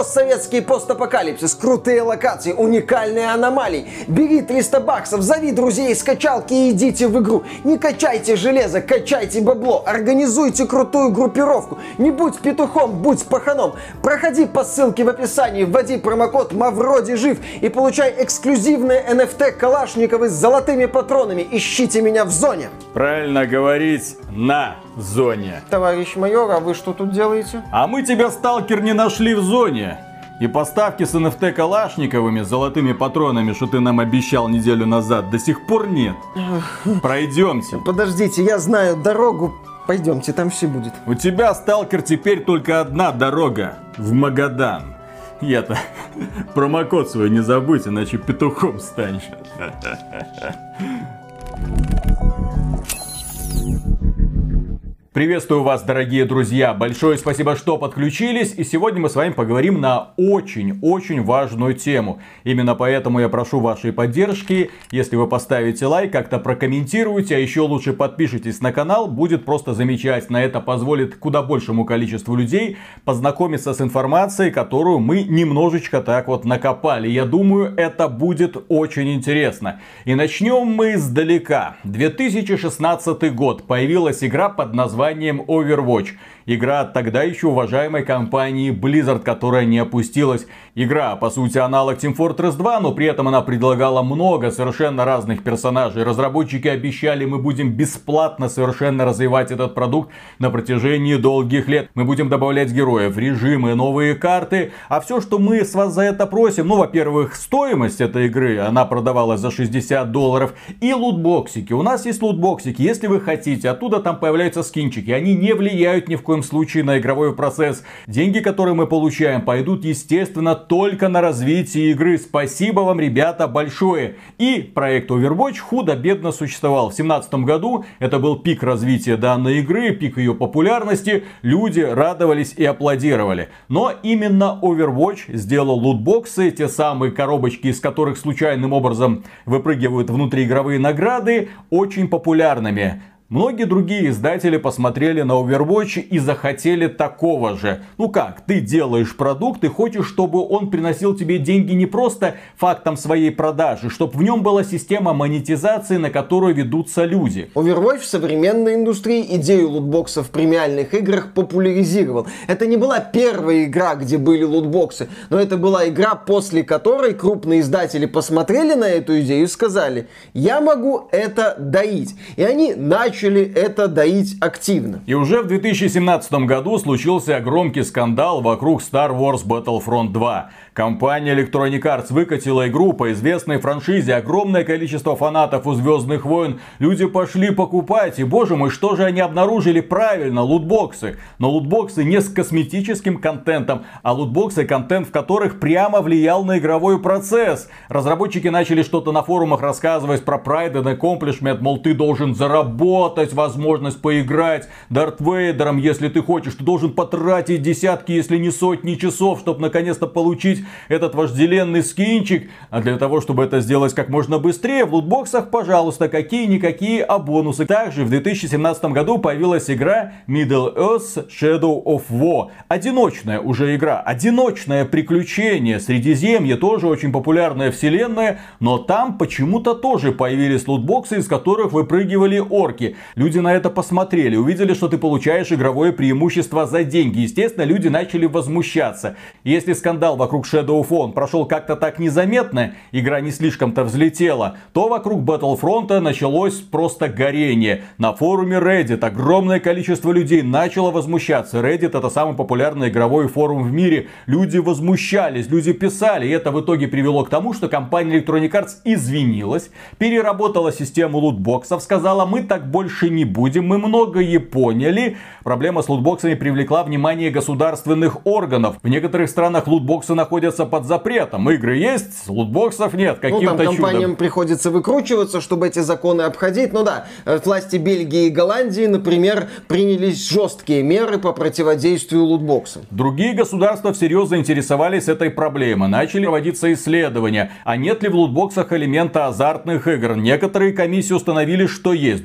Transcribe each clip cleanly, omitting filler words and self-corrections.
постсоветский постапокалипсис, крутые локации, уникальные аномалии. Бери 300 баксов, зови друзей, скачалки и идите в игру. Не качайте железо, качайте бабло, организуйте крутую группировку. Не будь петухом, будь паханом. Проходи по ссылке в описании, вводи промокод «Мавроди жив» и получай эксклюзивные NFT Калашниковы с золотыми патронами. Ищите меня в зоне. Правильно говорить, на зоне. Товарищ майор, а вы что тут делаете? А мы тебя, сталкер, не нашли в зоне. И поставки с NFT Калашниковыми, золотыми патронами, что ты нам обещал неделю назад, до сих пор нет. Пройдемте. Подождите, я знаю дорогу. Пойдемте, там все будет. У тебя, сталкер, теперь только одна дорога. В Магадан. Я-то промокод свой не забудь, иначе петухом станешь. Приветствую вас, дорогие друзья! Большое спасибо, что подключились. И сегодня мы с вами поговорим на очень-очень важную тему. Именно поэтому я прошу вашей поддержки. Если вы поставите лайк, как-то прокомментируйте, а еще лучше подпишитесь на канал. Будет просто замечательно. Это позволит куда большему количеству людей познакомиться с информацией, которую мы немножечко так вот накопали. Я думаю, это будет очень интересно. И начнем мы издалека. 2016 год. Появилась игра под названием Overwatch. Игра от тогда еще уважаемой компании Blizzard, которая не опустилась. Игра, по сути, аналог Team Fortress 2, но при этом она предлагала много совершенно разных персонажей. Разработчики обещали, мы будем бесплатно совершенно развивать этот продукт на протяжении долгих лет. Мы будем добавлять героев, режимы, новые карты. А все, что мы с вас за это просим, ну, во-первых, стоимость этой игры, она продавалась за $60. И лутбоксики. У нас есть лутбоксики, если вы хотите. Оттуда там появляются скинчики. Они не влияют ни в коем случае на игровой процесс. Деньги, которые мы получаем, пойдут, естественно, только на развитие игры. Спасибо вам, ребята, большое. И проект Overwatch худо-бедно существовал. В 2017 году это был пик развития данной игры, пик ее популярности. Люди радовались и аплодировали. Но именно Overwatch сделал лутбоксы, те самые коробочки, из которых случайным образом выпрыгивают внутриигровые награды, очень популярными. Многие другие издатели посмотрели на Overwatch и захотели такого же. Ну как, ты делаешь продукт и хочешь, чтобы он приносил тебе деньги не просто фактом своей продажи, чтобы в нем была система монетизации, на которую ведутся люди. Overwatch в современной индустрии идею лутбоксов в премиальных играх популяризировал. Это не была первая игра, где были лутбоксы, но это была игра, после которой крупные издатели посмотрели на эту идею и сказали: я могу это доить. И они начали это доить активно. И уже в 2017 году случился громкий скандал вокруг Star Wars Battlefront 2. Компания Electronic Arts выкатила игру по известной франшизе. Огромное количество фанатов у Звездных войн. Люди пошли покупать. И, боже мой, что же они обнаружили? Правильно, лутбоксы. Но лутбоксы не с косметическим контентом, а лутбоксы, контент в которых прямо влиял на игровой процесс. Разработчики начали что-то на форумах рассказывать про Pride and Accomplishment. Мол, ты должен заработать возможность поиграть Дарт Вейдером, если ты хочешь. Ты должен потратить десятки, если не сотни часов, чтобы наконец-то получить этот вожделенный скинчик. А для того, чтобы это сделать как можно быстрее, в лутбоксах, пожалуйста, какие-никакие бонусы. Также в 2017 году появилась игра Middle-earth Shadow of War. Одиночная уже игра, одиночное приключение. Средиземье, тоже очень популярная вселенная, но там почему-то тоже появились лутбоксы, из которых выпрыгивали орки. Люди на это посмотрели, увидели, что ты получаешь игровое преимущество за деньги. Естественно, люди начали возмущаться. Если скандал вокруг Shadow of War прошел как-то так незаметно, игра не слишком-то взлетела, то вокруг Battlefront началось просто горение. На форуме Reddit огромное количество людей начало возмущаться. Reddit — это самый популярный игровой форум в мире. Люди возмущались, люди писали. И это в итоге привело к тому, что компания Electronic Arts извинилась, переработала систему лутбоксов, сказала: мы так больше не будем, мы многое поняли. Проблема с лутбоксами привлекла внимание государственных органов. В некоторых странах лутбоксы находятся под запретом. Игры есть, лутбоксов нет. Каким-то там компаниям чудом приходится выкручиваться, чтобы эти законы обходить. Ну да, власти Бельгии и Голландии, например, принялись жесткие меры по противодействию лутбоксам. Другие государства всерьез заинтересовались этой проблемой. Начали проводиться исследования, а нет ли в лутбоксах элемента азартных игр. Некоторые комиссии установили, что есть. Другие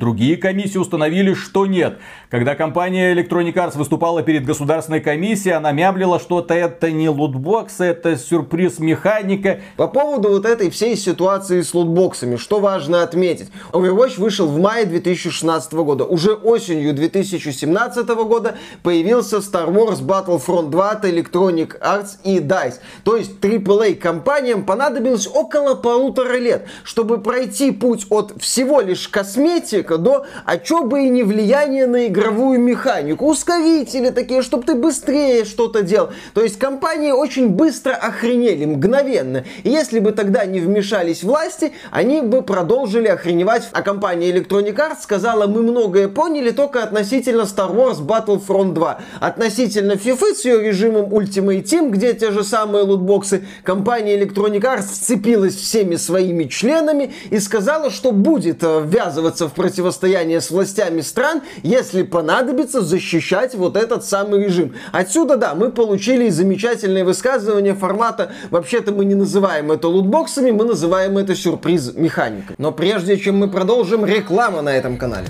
комиссии установили, что нет. Когда компания Electronic Arts выступала перед государственной комиссией, она мямлила, что это не лутбоксы, это сюрприз механика. По поводу вот этой всей ситуации с лутбоксами, что важно отметить. Overwatch вышел в мае 2016 года. Уже осенью 2017 года появился Star Wars Battlefront 2 от Electronic Arts и DICE. То есть AAA компаниям понадобилось около 1,5 лет, чтобы пройти путь от всего лишь косметика до, а чё бы и не влияние на игровую механику. Ускорители такие, чтобы ты быстрее что-то делал. То есть компании очень быстро охренели, мгновенно. И если бы тогда не вмешались власти, они бы продолжили охреневать. А компания Electronic Arts сказала: мы многое поняли только относительно Star Wars Battlefront 2. Относительно FIFA с ее режимом Ultimate Team, где те же самые лутбоксы, компания Electronic Arts сцепилась всеми своими членами и сказала, что будет ввязываться в противостояние с властями стран, если понадобится защищать вот этот самый режим. Отсюда, да, мы получили замечательное высказывание формата: вообще-то мы не называем это лутбоксами, мы называем это сюрприз-механикой. Но прежде чем мы продолжим, реклама на этом канале.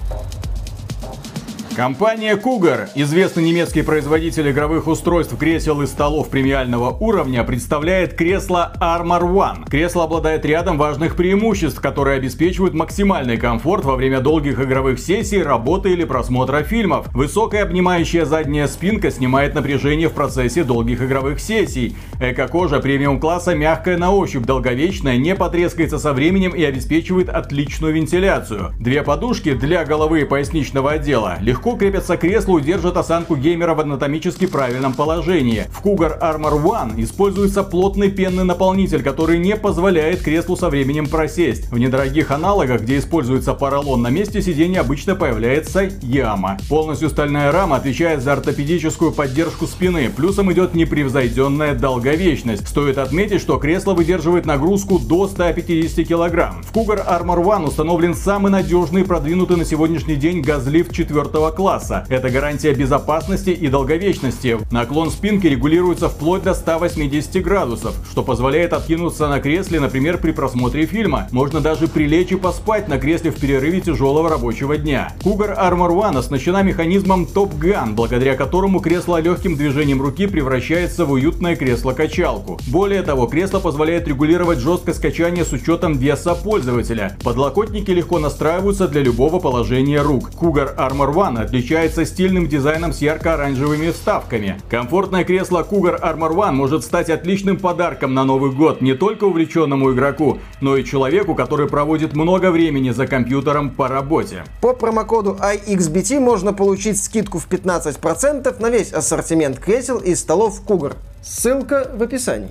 Компания Cougar, известный немецкий производитель игровых устройств, кресел и столов премиального уровня, представляет кресло Armor One. Кресло обладает рядом важных преимуществ, которые обеспечивают максимальный комфорт во время долгих игровых сессий, работы или просмотра фильмов. Высокая обнимающая задняя спинка снимает напряжение в процессе долгих игровых сессий. Эко-кожа премиум-класса мягкая на ощупь, долговечная, не потрескается со временем и обеспечивает отличную вентиляцию. Две подушки для головы и поясничного отдела легко крепятся к креслу и держат осанку геймера в анатомически правильном положении. В Cougar Armor One используется плотный пенный наполнитель, который не позволяет креслу со временем просесть. В недорогих аналогах, где используется поролон, на месте сидения обычно появляется яма. Полностью стальная рама отвечает за ортопедическую поддержку спины, плюсом идет непревзойденная долговечность. Стоит отметить, что кресло выдерживает нагрузку до 150 кг. В Cougar Armor One установлен самый надежный и продвинутый на сегодняшний день газлифт 4 класса. Это гарантия безопасности и долговечности. Наклон спинки регулируется вплоть до 180 градусов, что позволяет откинуться на кресле, например, при просмотре фильма. Можно даже прилечь и поспать на кресле в перерыве тяжелого рабочего дня. Cougar Armor One оснащена механизмом Top Gun, благодаря которому кресло легким движением руки превращается в уютное кресло-качалку. Более того, кресло позволяет регулировать жесткость качания с учетом веса пользователя. Подлокотники легко настраиваются для любого положения рук. Cougar Armor One отличается стильным дизайном с ярко-оранжевыми вставками. Комфортное кресло Cougar Armor One может стать отличным подарком на Новый год не только увлеченному игроку, но и человеку, который проводит много времени за компьютером по работе. По промокоду iXBT можно получить скидку в 15% на весь ассортимент кресел и столов Cougar. Ссылка в описании.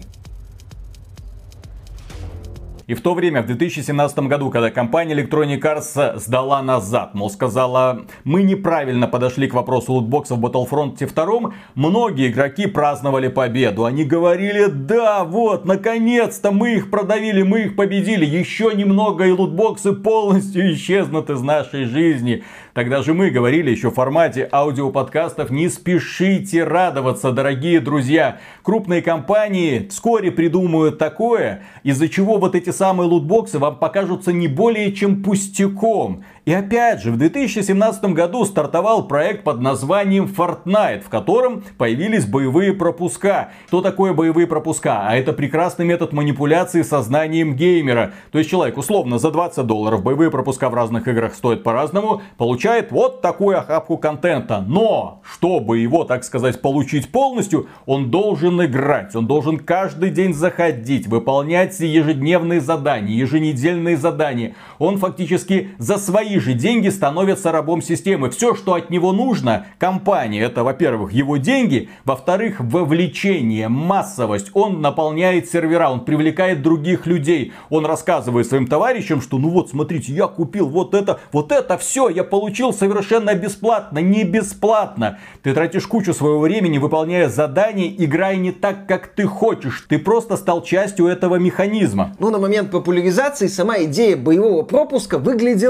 И в то время, в 2017 году, когда компания Electronic Arts сдала назад, мол, сказала: мы неправильно подошли к вопросу лутбоксов в Battlefront 2, многие игроки праздновали победу. Они говорили: да, вот, наконец-то мы их продавили, мы их победили, еще немного и лутбоксы полностью исчезнут из нашей жизни. Тогда же мы говорили еще в формате аудиоподкастов: не спешите радоваться, дорогие друзья. Крупные компании вскоре придумают такое, из-за чего вот эти самые лутбоксы вам покажутся не более чем пустяком. И опять же, в 2017 году стартовал проект под названием Fortnite, в котором появились боевые пропуска. Что такое боевые пропуска? А это прекрасный метод манипуляции сознанием геймера. То есть человек условно за $20, боевые пропуска в разных играх стоят по-разному, получает вот такую охапку контента. Но, чтобы его, так сказать, получить полностью, он должен играть. Он должен каждый день заходить, выполнять ежедневные задания, еженедельные задания. Он фактически за свои же деньги становится рабом системы. Все, что от него нужно компании, это, во-первых, его деньги, во-вторых, вовлечение, массовость. Он наполняет сервера, он привлекает других людей. Он рассказывает своим товарищам, что ну вот, смотрите, я купил вот это все я получил совершенно бесплатно. Не бесплатно. Ты тратишь кучу своего времени, выполняя задания, играя не так, как ты хочешь. Ты просто стал частью этого механизма. Ну, на момент популяризации сама идея боевого пропуска выглядела неплохо.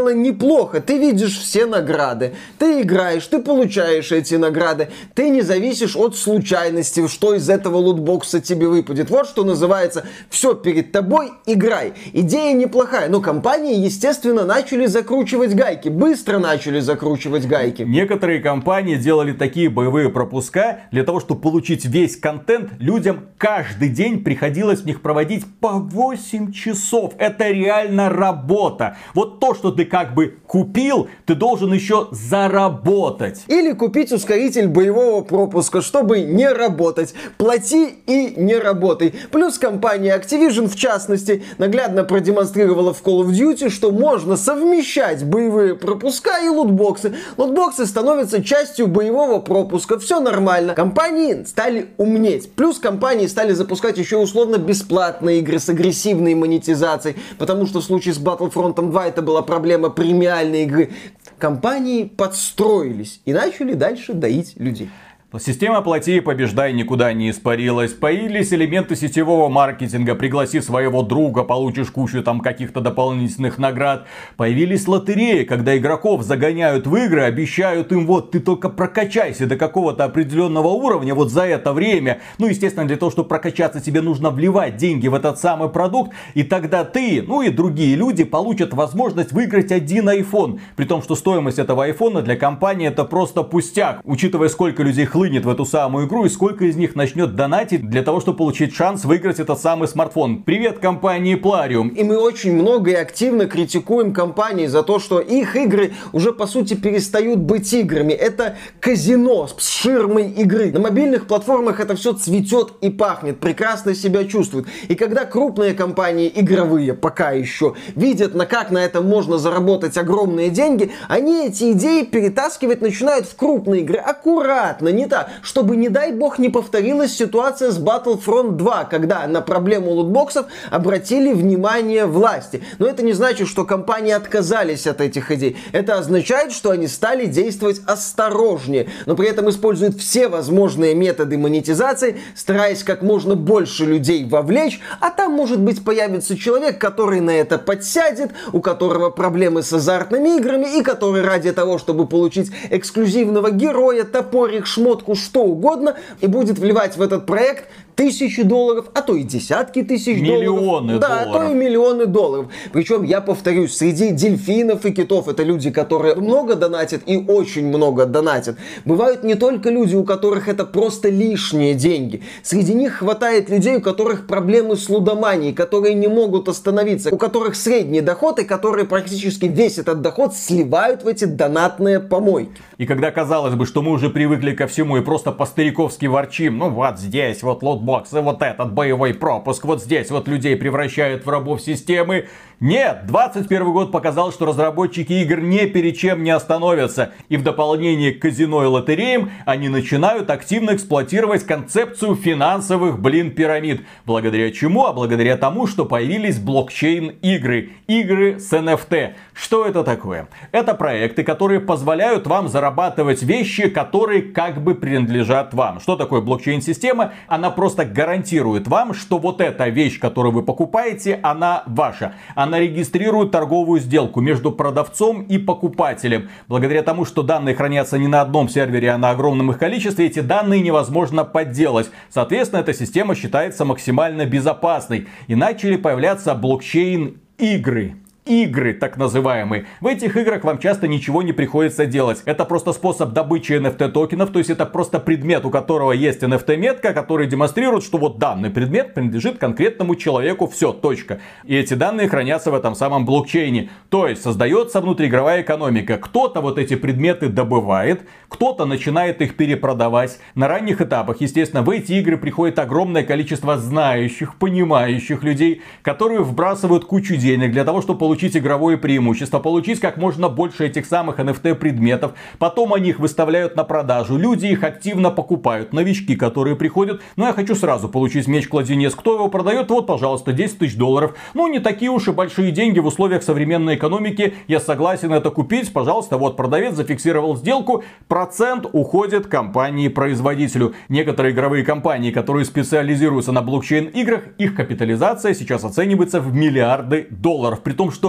плохо. Ты видишь все награды, ты играешь, ты получаешь эти награды, ты не зависишь от случайности, что из этого лутбокса тебе выпадет. Вот что называется «все перед тобой, играй». Идея неплохая, но компании, естественно, начали закручивать гайки, быстро начали закручивать гайки. Некоторые компании делали такие боевые пропуска для того, чтобы получить весь контент. Людям каждый день приходилось в них проводить по 8 часов. Это реально работа. Вот то, что ты как бы купил, ты должен еще заработать. Или купить ускоритель боевого пропуска, чтобы не работать. Плати и не работай. Плюс компания Activision, в частности, наглядно продемонстрировала в Call of Duty, что можно совмещать боевые пропуска и лутбоксы. Лутбоксы становятся частью боевого пропуска. Все нормально. Компании стали умнеть. Плюс компании стали запускать еще условно бесплатные игры с агрессивной монетизацией. Потому что в случае с Battlefront 2 это была проблема премиальной игры. Компании подстроились и начали дальше доить людей. Система «плати и побеждай» никуда не испарилась. Появились элементы сетевого маркетинга. Пригласи своего друга, получишь кучу там каких-то дополнительных наград. Появились лотереи, когда игроков загоняют в игры, обещают им: вот ты только прокачайся до какого-то определенного уровня вот за это время. Ну, естественно, для того, чтобы прокачаться, тебе нужно вливать деньги в этот самый продукт. И тогда ты, ну и другие люди получат возможность выиграть один iPhone. При том, что стоимость этого айфона для компании это просто пустяк. Учитывая, сколько людей хлынет в эту самую игру и сколько из них начнет донатить для того, чтобы получить шанс выиграть этот самый смартфон. Привет компании Plarium. И мы очень много и активно критикуем компании за то, что их игры уже по сути перестают быть играми. Это казино с ширмой игры. На мобильных платформах это все цветет и пахнет, прекрасно себя чувствует. И когда крупные компании игровые, пока еще, видят, как на этом можно заработать огромные деньги, они эти идеи перетаскивать начинают в крупные игры. Аккуратно, не так, чтобы, не дай бог, не повторилась ситуация с Battlefront 2, когда на проблему лутбоксов обратили внимание власти. Но это не значит, что компании отказались от этих идей. Это означает, что они стали действовать осторожнее, но при этом используют все возможные методы монетизации, стараясь как можно больше людей вовлечь, а там, может быть, появится человек, который на это подсядет, у которого проблемы с азартными играми и который ради того, чтобы получить эксклюзивного героя, топорик, шмотку, что угодно, и будет вливать в этот проект $1000, а то и десятки тысяч миллионы долларов. Да, а то и миллионы долларов. Причем, я повторюсь, среди дельфинов и китов, это люди, которые много донатят и очень много донатят. Бывают не только люди, у которых это просто лишние деньги. Среди них хватает людей, у которых проблемы с лудоманией, которые не могут остановиться, у которых средний доход и которые практически весь этот доход сливают в эти донатные помойки. И когда казалось бы, что мы уже привыкли ко всему и просто по-стариковски ворчим, ну вот здесь вот лотбоксы, вот этот боевой пропуск, вот здесь вот людей превращают в рабов системы. Нет, 21 год показал, что разработчики игр ни перед чем не остановятся. И в дополнение к казино и лотереям они начинают активно эксплуатировать концепцию финансовых, пирамид. Благодаря чему? А благодаря тому, что появились блокчейн-игры. Игры с NFT. Что это такое? Это проекты, которые позволяют вам зарабатывать вещи, которые как бы принадлежат вам. Что такое блокчейн-система? Она просто гарантирует вам, что вот эта вещь, которую вы покупаете, она ваша. Она регистрирует торговую сделку между продавцом и покупателем. Благодаря тому, что данные хранятся не на одном сервере, а на огромном их количестве, эти данные невозможно подделать. Соответственно, эта система считается максимально безопасной. И начали появляться блокчейн-игры. Игры, так называемые. В этих играх вам часто ничего не приходится делать. Это просто способ добычи NFT токенов. То есть это просто предмет, у которого есть NFT метка, который демонстрирует, что вот данный предмет принадлежит конкретному человеку. Все, точка. И эти данные хранятся в этом самом блокчейне. То есть создается внутриигровая экономика. Кто-то вот эти предметы добывает, кто-то начинает их перепродавать. На ранних этапах, естественно, в эти игры приходит огромное количество знающих, понимающих людей, которые вбрасывают кучу денег для того, чтобы получить игровое преимущество, получить как можно больше этих самых NFT предметов. Потом они их выставляют на продажу. Люди их активно покупают. Новички, которые приходят: ну я хочу сразу получить меч-кладенец. Кто его продает? Вот, пожалуйста, $10 000. Ну не такие уж и большие деньги в условиях современной экономики. Я согласен это купить. Пожалуйста, вот продавец зафиксировал сделку. Процент уходит компании-производителю. Некоторые игровые компании, которые специализируются на блокчейн-играх, их капитализация сейчас оценивается в миллиарды долларов. При том, что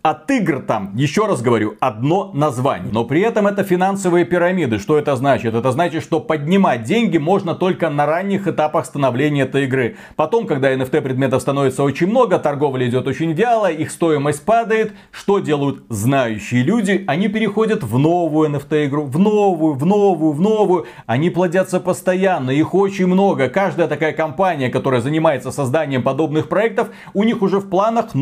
От игр там, еще раз говорю, одно название. Но при этом это финансовые пирамиды. Что это значит? Это значит, что поднимать деньги можно только на ранних этапах становления этой игры. Потом, когда NFT предметов становится очень много, торговля идет очень вяло, их стоимость падает. Что делают знающие люди? Они переходят в новую NFT игру, в новую. Они плодятся постоянно, их очень много. Каждая такая компания, которая занимается созданием подобных проектов, у них уже в планах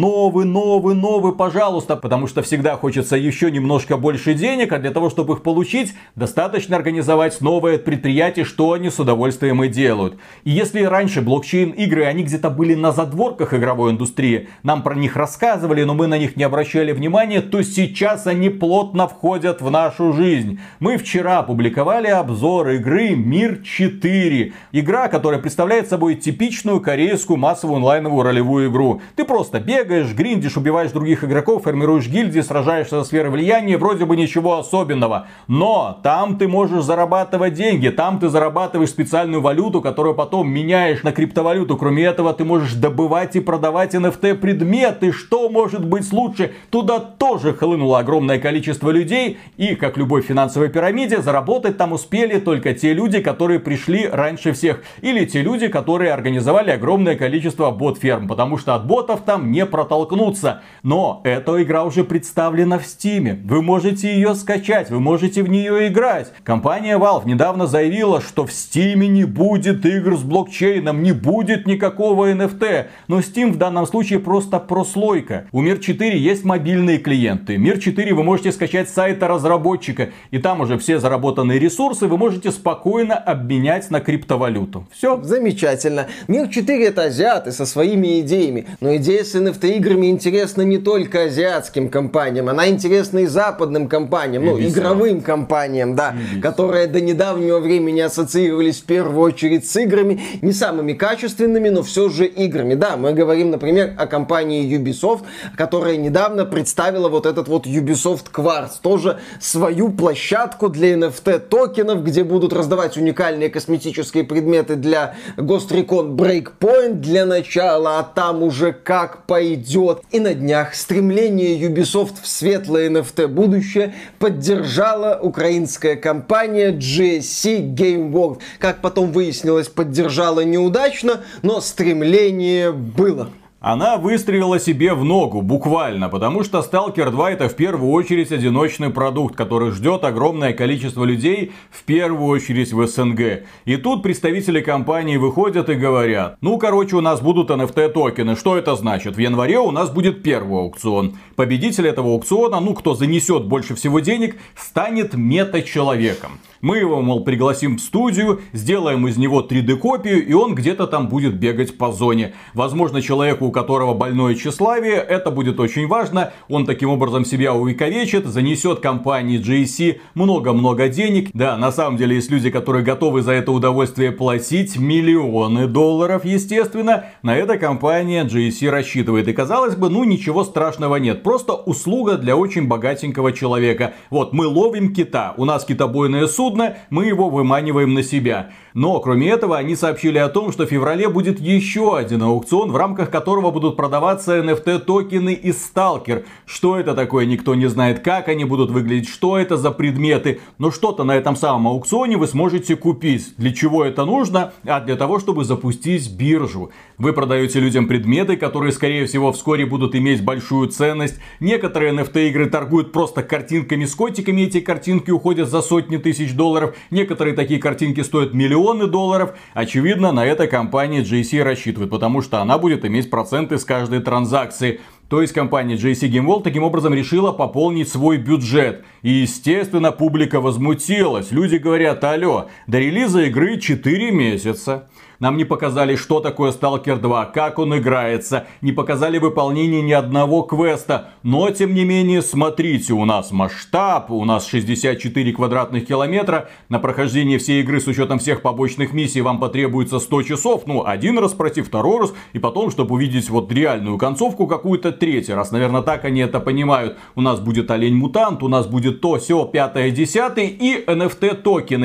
новый, пожалуйста. Потому что всегда хочется еще немножко больше денег, а для того, чтобы их получить, достаточно организовать новое предприятие, что они с удовольствием и делают. И если раньше блокчейн-игры, они где-то были на задворках игровой индустрии, нам про них рассказывали, но мы на них не обращали внимания, то сейчас они плотно входят в нашу жизнь. Мы вчера опубликовали обзор игры Мир 4. Игра, которая представляет собой типичную корейскую массовую онлайновую ролевую игру. Ты просто бегаешь, гриндишь, убиваешь других игроков, формируешь гильдии, сражаешься со сферой влияния, вроде бы ничего особенного. Но там ты можешь зарабатывать деньги, там ты зарабатываешь специальную валюту, которую потом меняешь на криптовалюту. Кроме этого, ты можешь добывать и продавать NFT предметы. Что может быть лучше? Туда тоже хлынуло огромное количество людей. И, как любой финансовой пирамиде, заработать там успели только те люди, которые пришли раньше всех. Или те люди, которые организовали огромное количество бот-ферм. Потому что от ботов там не протолкнуться. Но эта игра уже представлена в Steam. Вы можете ее скачать, вы можете в нее играть. Компания Valve недавно заявила, что в Steam не будет игр с блокчейном, не будет никакого NFT. Но Steam в данном случае просто прослойка. У Мир 4 есть мобильные клиенты. Мир 4 вы можете скачать с сайта разработчика. И там уже все заработанные ресурсы вы можете спокойно обменять на криптовалюту. Все. Замечательно. Мир 4 это азиаты со своими идеями. Но идея с NFT играми интересна не только азиатским компаниям, она интересна и западным компаниям, игровым компаниям, да, которые до недавнего времени ассоциировались в первую очередь с играми, не самыми качественными, но все же играми. Да, мы говорим, например, о компании Ubisoft, которая недавно представила вот этот вот Ubisoft Quartz, тоже свою площадку для NFT токенов, где будут раздавать уникальные косметические предметы для Ghost Recon Breakpoint для начала, а там уже как пойдет. И на днях стремление Ubisoft в светлое NFT будущее поддержала украинская компания GSC Game World. Как потом выяснилось, поддержала неудачно, но стремление было. Она выстрелила себе в ногу, буквально, потому что Stalker 2 это в первую очередь одиночный продукт, который ждет огромное количество людей, в первую очередь в СНГ. И тут представители компании выходят и говорят, у нас будут NFT токены, что это значит? В январе у нас будет первый аукцион. Победитель этого аукциона, кто занесет больше всего денег, станет мета-человеком. Мы его, пригласим в студию, сделаем из него 3D-копию, и он где-то там будет бегать по зоне. Возможно, человеку, у которого больное тщеславие, это будет очень важно. Он таким образом себя увековечит, занесет компании GSC много-много денег. Да, на самом деле есть люди, которые готовы за это удовольствие платить миллионы долларов, естественно. На это компания GSC рассчитывает. И казалось бы, ничего страшного нет. Просто услуга для очень богатенького человека. Вот, мы ловим кита, у нас китобойное судно, мы его выманиваем на себя. Но, кроме этого, они сообщили о том, что в феврале будет еще один аукцион, в рамках которого будут продаваться NFT-токены из Stalker. Что это такое, никто не знает, как они будут выглядеть, что это за предметы. Но что-то на этом самом аукционе вы сможете купить. Для чего это нужно? А для того, чтобы запустить биржу. Вы продаете людям предметы, которые, скорее всего, вскоре будут иметь большую ценность. Некоторые NFT-игры торгуют просто картинками с котиками, эти картинки уходят за сотни тысяч долларов. Некоторые такие картинки стоят миллионы долларов. Очевидно, на это компания GSC рассчитывает, потому что она будет иметь проценты с каждой транзакции. То есть компания GSC Game World таким образом решила пополнить свой бюджет. И естественно публика возмутилась. Люди говорят, алло, до релиза игры 4 месяца. Нам не показали, что такое Stalker 2, как он играется, не показали выполнение ни одного квеста. Но, тем не менее, смотрите, у нас масштаб, у нас 64 квадратных километра. На прохождение всей игры с учетом всех побочных миссий вам потребуется 100 часов. Один раз пройти, второй раз, и потом, чтобы увидеть реальную концовку какую-то, третий раз. Наверное, так они это понимают. У нас будет олень-мутант, у нас будет то, сё, 5-е, 10-е и NFT токены.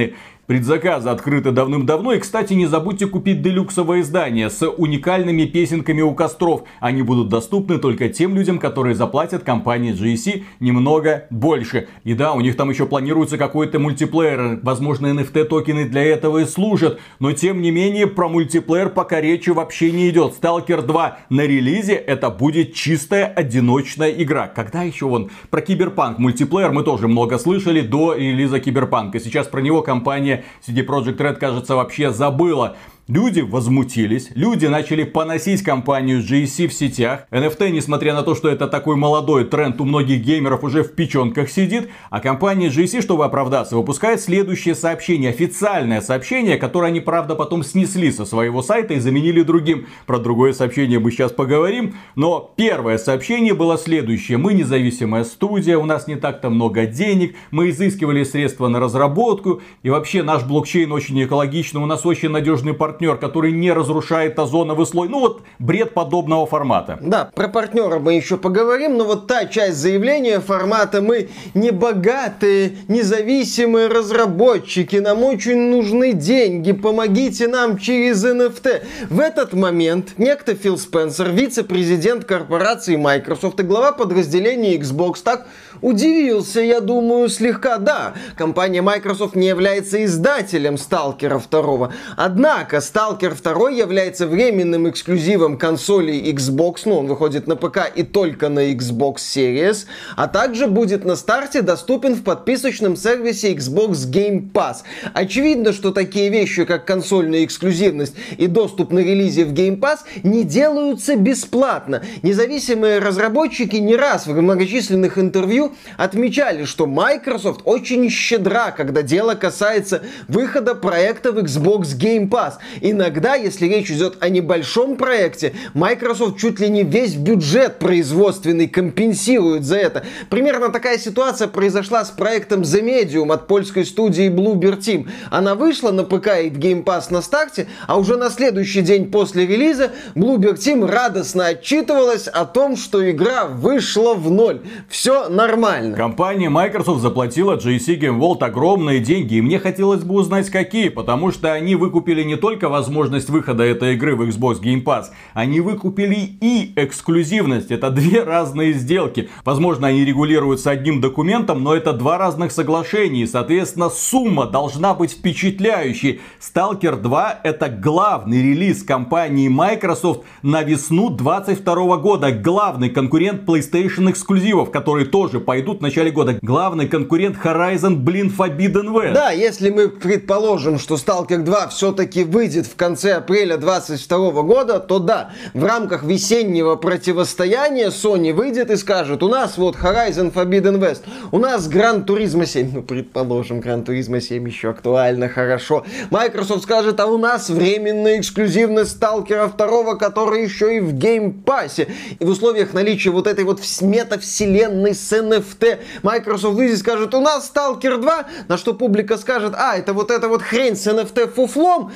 Предзаказы открыты давным-давно. И, кстати, не забудьте купить делюксовое издание с уникальными песенками у костров. Они будут доступны только тем людям, которые заплатят компании GSC немного больше. И да, у них там еще планируется какой-то мультиплеер. Возможно, NFT токены для этого и служат. Но, тем не менее, про мультиплеер пока речи вообще не идет. Stalker 2 на релизе это будет чистая одиночная игра. Когда еще вон про Киберпанк мультиплеер мы тоже много слышали до релиза Киберпанка. Сейчас про него компания CD Projekt Red, кажется, вообще забыла. Люди возмутились, люди начали поносить компанию GSC в сетях. NFT, несмотря на то, что это такой молодой тренд, у многих геймеров уже в печенках сидит. А компания GSC, чтобы оправдаться, выпускает следующее сообщение, официальное сообщение, которое они, правда, потом снесли со своего сайта и заменили другим. Про другое сообщение мы сейчас поговорим. Но первое сообщение было следующее. Мы независимая студия, у нас не так-то много денег, мы изыскивали средства на разработку. И вообще наш блокчейн очень экологичный, у нас очень надежный партнер, который не разрушает озоновый слой. Ну вот, бред подобного формата. Да, про партнера мы еще поговорим, но вот та часть заявления формата «мы не богатые, независимые разработчики, нам очень нужны деньги, помогите нам через NFT». В этот момент некто Фил Спенсер, вице-президент корпорации Microsoft и глава подразделения Xbox, так удивился, я думаю, слегка. Да, компания Microsoft не является издателем Сталкера 2, однако Stalker 2 является временным эксклюзивом консолей Xbox, ну он выходит на ПК и только на Xbox Series, а также будет на старте доступен в подписочном сервисе Xbox Game Pass. Очевидно, что такие вещи, как консольная эксклюзивность и доступ на релизе в Game Pass, не делаются бесплатно. Независимые разработчики не раз в многочисленных интервью отмечали, что Microsoft очень щедра, когда дело касается выхода проекта в Xbox Game Pass. Иногда, если речь идет о небольшом проекте, Microsoft чуть ли не весь бюджет производственный компенсирует за это. Примерно такая ситуация произошла с проектом The Medium от польской студии Bloober Team. Она вышла на ПК и в Game Pass на старте, а уже на следующий день после релиза Bloober Team радостно отчитывалась о том, что игра вышла в ноль. Все нормально. Компания Microsoft заплатила GSC Game World огромные деньги, и мне хотелось бы узнать какие, потому что они выкупили не только возможность выхода этой игры в Xbox Game Pass, они выкупили и эксклюзивность. Это две разные сделки. Возможно, они регулируются одним документом, но это два разных соглашения. Соответственно, сумма должна быть впечатляющей. Stalker 2 это главный релиз компании Microsoft на весну 2022 года. Главный конкурент PlayStation эксклюзивов, которые тоже пойдут в начале года. Главный конкурент Horizon, Forbidden West. Да, если мы предположим, что Stalker 2 все-таки выйдет в конце апреля 2022 года, то да, в рамках весеннего противостояния Sony выйдет и скажет: у нас вот Horizon Forbidden West, у нас Gran Turismo 7, ну предположим, Gran Turismo 7 еще актуально, хорошо. Microsoft скажет: а у нас временная эксклюзивность Stalker 2, который еще и в Game Pass. И в условиях наличия вот этой вот метавселенной с NFT Microsoft выйдет и скажет: у нас Stalker 2, на что публика скажет: а, это вот эта вот хрень с NFT фуфлом,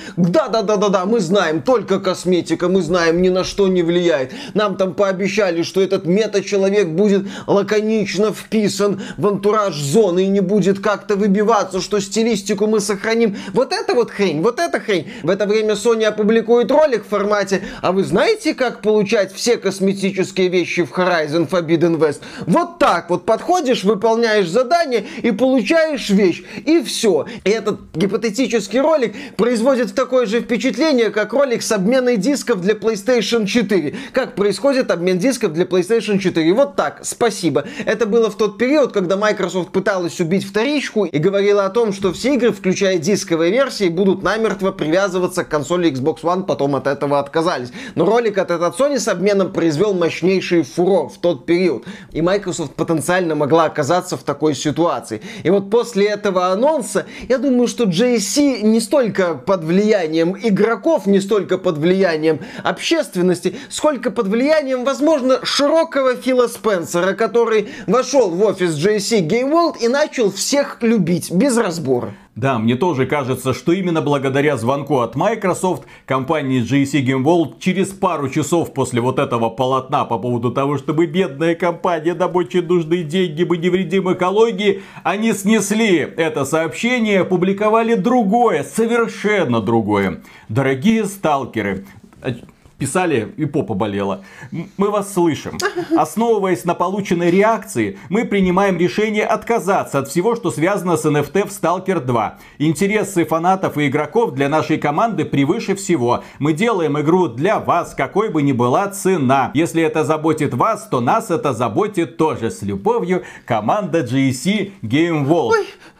да, мы знаем, только косметика, мы знаем, ни на что не влияет. Нам там пообещали, что этот мета-человек будет лаконично вписан в антураж зоны и не будет как-то выбиваться, что стилистику мы сохраним. Вот это вот хрень, вот эта хрень. В это время Sony опубликует ролик в формате: а вы знаете, как получать все косметические вещи в Horizon Forbidden West? Вот так вот подходишь, выполняешь задание и получаешь вещь. И все. И этот гипотетический ролик производит такое же впечатление, как ролик с обменой дисков для PlayStation 4. Как происходит обмен дисков для PlayStation 4. Вот так, спасибо. Это было в тот период, когда Microsoft пыталась убить вторичку и говорила о том, что все игры, включая дисковые версии, будут намертво привязываться к консоли Xbox One, потом от этого отказались. Но ролик от Sony с обменом произвел мощнейший фурор в тот период. И Microsoft потенциально могла оказаться в такой ситуации. И вот после этого анонса, я думаю, что GSC не столько под влиянием игроков, не столько под влиянием общественности, сколько под влиянием, возможно, широкого Фила Спенсера, который вошел в офис GSC Game World и начал всех любить без разбора. Да, мне тоже кажется, что именно благодаря звонку от Microsoft компании GSC Game World через пару часов после вот этого полотна по поводу того, чтобы бедная компания, нам очень нужны деньги, мы не вредим экологии, они снесли это сообщение, опубликовали другое, совершенно другое. Дорогие сталкеры, писали, и попа болела. Мы вас слышим. Основываясь на полученной реакции, мы принимаем решение отказаться от всего, что связано с NFT в Stalker 2. Интересы фанатов и игроков для нашей команды превыше всего. Мы делаем игру для вас, какой бы ни была цена. Если это заботит вас, то нас это заботит тоже. С любовью, команда GSC Game World.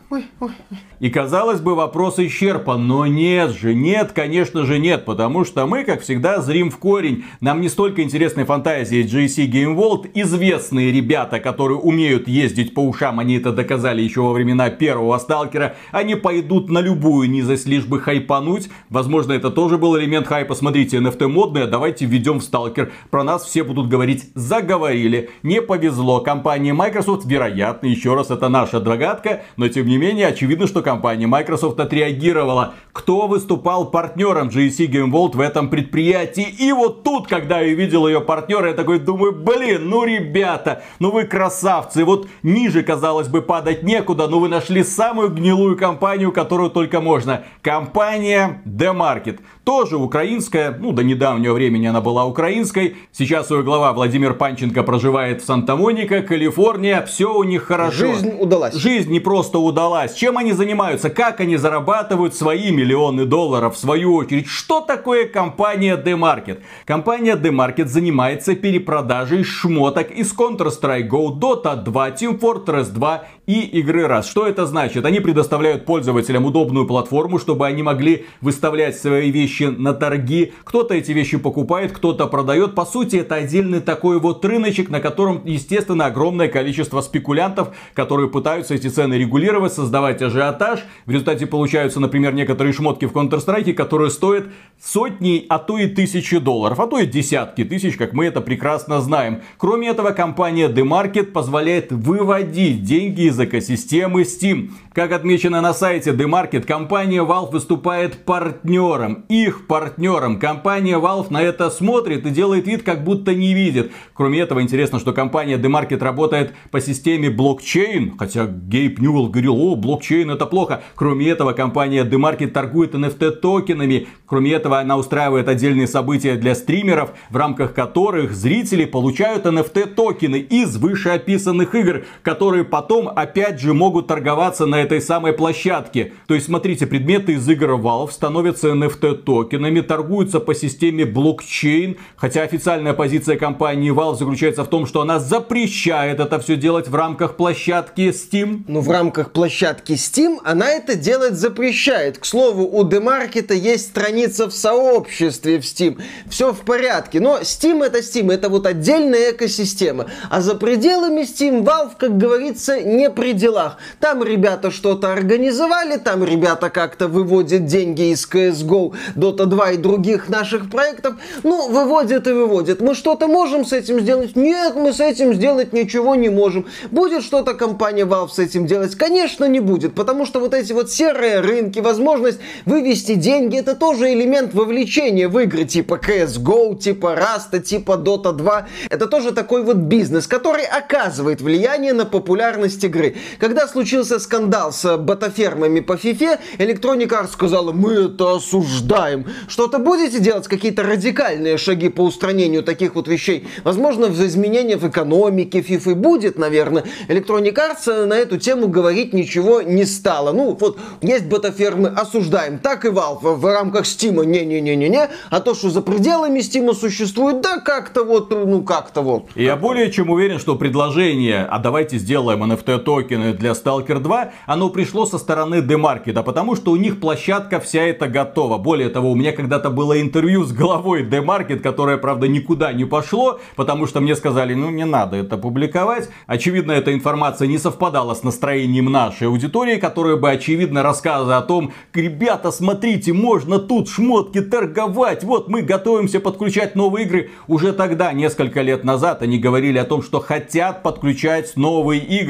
И казалось бы, вопрос исчерпан, но нет же, нет, конечно же нет, потому что мы, как всегда, зрим в корень. Нам не столько интересны фантазии GSC Game World, известные ребята, которые умеют ездить по ушам, они это доказали еще во времена первого Сталкера, они пойдут на любую низость, лишь бы хайпануть. Возможно, это тоже был элемент хайпа. Смотрите, NFT модные, давайте введем в Сталкер. Про нас все будут говорить, заговорили. Не повезло компании Microsoft, вероятно, еще раз, это наша догадка, но тем не менее, очевидно, что компания Microsoft отреагировала. Кто выступал партнером GSC Game World в этом предприятии? И вот тут, когда я увидел ее партнера, я такой думаю, блин, ну ребята, ну вы красавцы. Вот ниже, казалось бы, падать некуда, но вы нашли самую гнилую компанию, которую только можно. Компания The Market. Тоже украинская, ну до недавнего времени она была украинской. Сейчас ее глава Владимир Панченко проживает в Санта-Моника, Калифорния. Все у них хорошо. Жизнь удалась. Жизнь не просто удалась. Чем они занимаются? Как они зарабатывают свои миллионы долларов в свою очередь? Что такое компания The Market? Компания The Market занимается перепродажей шмоток из Counter-Strike Go, Dota 2, Team Fortress 2 и игры Rust. Что это значит? Они предоставляют пользователям удобную платформу, чтобы они могли выставлять свои вещи на торги. Кто-то эти вещи покупает, кто-то продает. По сути, это отдельный такой вот рыночек, на котором, естественно, огромное количество спекулянтов, которые пытаются эти цены регулировать, создавать ажиотаж. В результате получаются, например, некоторые шмотки в Counter-Strike, которые стоят сотни, а то и тысячи долларов, а то и десятки тысяч, как мы это прекрасно знаем. Кроме этого, компания The Market позволяет выводить деньги из экосистемы Steam. Как отмечено на сайте The Market, компания Valve выступает партнером, их партнером. Компания Valve на это смотрит и делает вид, как будто не видит. Кроме этого, интересно, что компания The Market работает по системе блокчейн, хотя Гейб Ньюэлл говорил, о, блокчейн это плохо. Кроме этого, компания The Market торгует NFT токенами. Кроме этого, она устраивает отдельные события для стримеров, в рамках которых зрители получают NFT токены из вышеописанных игр, которые потом опять же могут торговаться на этой самой площадке. То есть, смотрите, предметы из игр Valve становятся NFT токенами, торгуются по системе блокчейн, хотя официальная позиция компании Valve заключается в том, что она запрещает это все делать в рамках площадки Steam. Ну, в рамках площадки Steam она это делать запрещает. К слову, у The Market есть страница в сообществе в Steam. Все в порядке. Но Steam, это вот отдельная экосистема. А за пределами Steam Valve, как говорится, не при делах. Там ребята что-то организовали, там ребята как-то выводят деньги из CSGO, Dota 2 и других наших проектов. Ну, выводят и выводят. Мы что-то можем с этим сделать? Нет, мы с этим сделать ничего не можем. Будет что-то компания Valve с этим делать? Конечно, не будет, потому что вот эти вот серые рынки, возможность вывести деньги, это тоже элемент вовлечения в игры типа CSGO, типа Rust, типа Dota 2. Это тоже такой вот бизнес, который оказывает влияние на популярность игры. Когда случился скандал с ботафермами по FIFA, Electronic Arts сказала, мы это осуждаем. Что-то будете делать, какие-то радикальные шаги по устранению таких вот вещей? Возможно, в изменения в экономике FIFA будет, наверное. Electronic Arts на эту тему говорить ничего не стало. Ну, вот, есть ботафермы, осуждаем. Так и Valve в рамках Steam, не-не-не-не-не. А то, что за пределами Steam существует, да как-то вот, ну как-то вот. Я более чем уверен, что предложение, а давайте сделаем NFT токены для Stalker 2, оно пришло со стороны The Market, потому что у них площадка вся эта готова. Более того, у меня когда-то было интервью с главой The Market, которое, правда, никуда не пошло, потому что мне сказали, ну не надо это публиковать. Очевидно, эта информация не совпадала с настроением нашей аудитории, которая бы, очевидно, рассказывала о том, ребята, смотрите, можно тут шмотки торговать, вот мы готовимся подключать новые игры. Уже тогда, несколько лет назад, они говорили о том, что хотят подключать новые игры.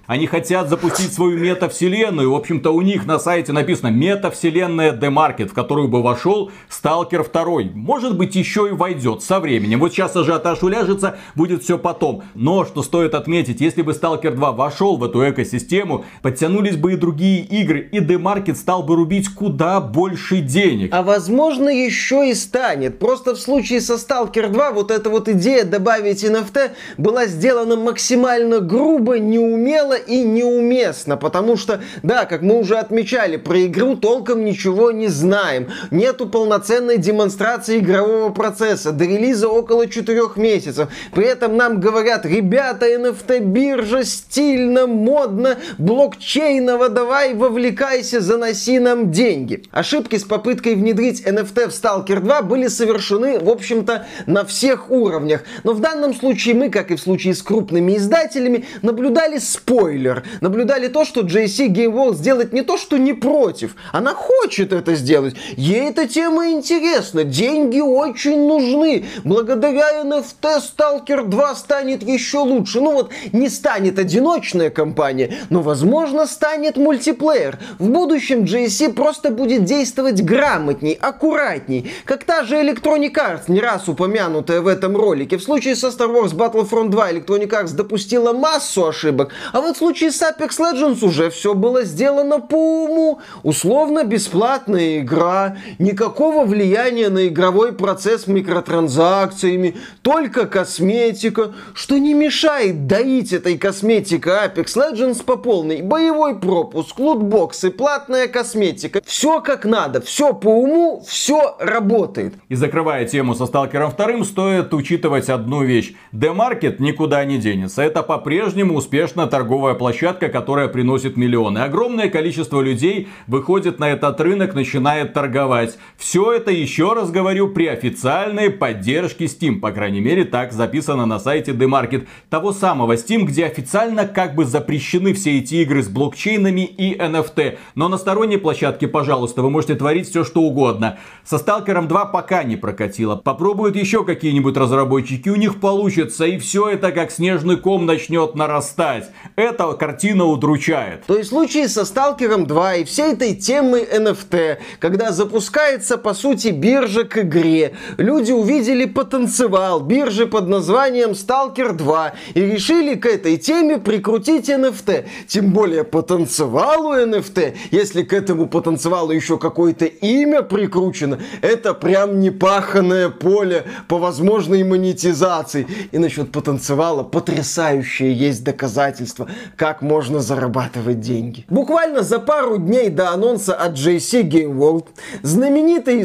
Они хотят запустить свою метавселенную. В общем-то, у них на сайте написано метавселенная The Market, в которую бы вошел Сталкер 2. Может быть, еще и войдет со временем. Вот сейчас ажиотаж уляжется, будет все потом. Но, что стоит отметить, если бы Сталкер 2 вошел в эту экосистему, подтянулись бы и другие игры, и The Market стал бы рубить куда больше денег. А возможно, еще и станет. Просто в случае со Stalker 2 вот эта вот идея добавить NFT была сделана максимально грубо, неумело и неуместно. Потому что, да, как мы уже отмечали, про игру толком ничего не знаем. Нету полноценной демонстрации игрового процесса. До релиза около 4 месяцев. При этом нам говорят: ребята, NFT-биржа, стильно, модно, блокчейново, давай вовлекайся, заноси нам деньги. Ошибки с попыткой внедрить NFT в Stalker 2 были совершены, в общем-то, на всех уровнях. Но в данном случае мы, как и в случае с крупными издателями, наблюдали спойлер. Наблюдали то, что JC Game World сделать не то, что не против. Она хочет это сделать. Ей эта тема интересна. Деньги очень нужны. Благодаря NFT Stalker 2 станет еще лучше. Ну вот, не станет одиночная кампания, но, возможно, станет мультиплеер. В будущем JC просто будет действовать грамотней, аккуратней. Как та же Electronic Arts, не раз упомянутая в этом ролике. В случае со Star Wars Battlefront 2 Electronic Arts допустила массу ошибок, а вот в случае с Apex Legends уже все было сделано по уму. Условно бесплатная игра, никакого влияния на игровой процесс микротранзакциями, только косметика, что не мешает доить этой косметикой Apex Legends по полной. Боевой пропуск, лутбоксы, платная косметика. Все как надо, все по уму, все работает. И закрывая тему со Сталкером 2, стоит учитывать одну вещь. The Market никуда не денется. Это по-прежнему успешная торговая площадка, которая приносит миллионы. Огромное количество людей выходит на этот рынок, начинает торговать. Все это, еще раз говорю, при официальной поддержке Steam. По крайней мере, так записано на сайте The Market. Того самого Steam, где официально как бы запрещены все эти игры с блокчейнами и NFT. Но на сторонней площадке, пожалуйста, вы можете творить все, что угодно. Со Сталкером 2 пока не прокатило. Попробуют еще какие-нибудь разработчики, у них получится, и все это как снежный ком начнет нарастать. Эта картина удручает. То есть в случае со Сталкером 2 и всей этой темы NFT, когда запускается, по сути, биржа к игре, люди увидели потенциал биржи под названием Stalker 2 и решили к этой теме прикрутить NFT. Тем более потенциалу NFT, если к этому потенциалу еще какое-то имя прикручено, это прям непаханное поле по возможной монетизации. И насчет потенциала потрясающие есть доказательства, как можно зарабатывать деньги. Буквально за пару дней до анонса от JC Game World знаменитый